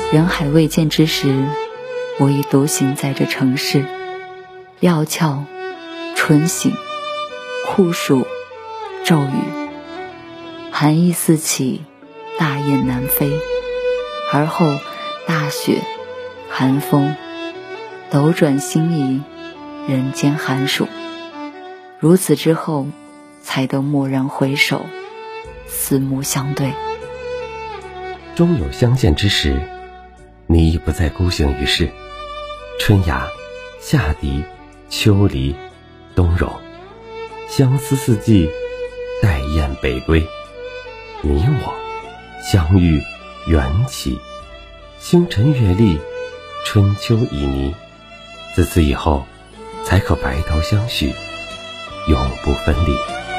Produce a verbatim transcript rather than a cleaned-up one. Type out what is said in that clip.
人海未见之时，我已独行在这城市。料峭春醒，酷暑骤雨，寒意四起，大雁南飞。而后大雪寒风，斗转星移，人间寒暑。如此之后，才得蓦然回首，四目相对。 终有相见之时，你已不再孤行于世。春芽、夏荻、秋梨、冬荣，相思四季，待雁北归。你我相遇缘起，星辰月历，春秋已拟。自此以后，才可白头相许，永不分离。